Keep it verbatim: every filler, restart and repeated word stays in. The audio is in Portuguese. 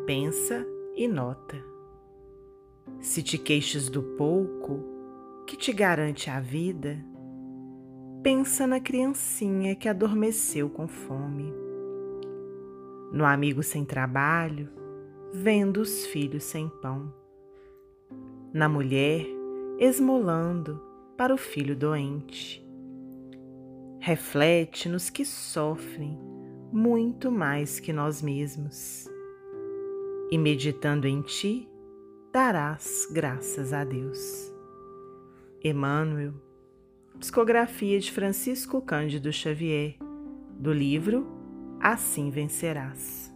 pensa e nota. Se te queixas do pouco que te garante a vida, pensa na criancinha que adormeceu com fome, no amigo sem trabalho, vendo os filhos sem pão, na mulher esmolando para o filho doente. Reflete nos que sofrem muito mais que nós mesmos, e meditando em ti, darás graças a Deus. Emmanuel, psicografia de Francisco Cândido Xavier, do livro Assim Vencerás.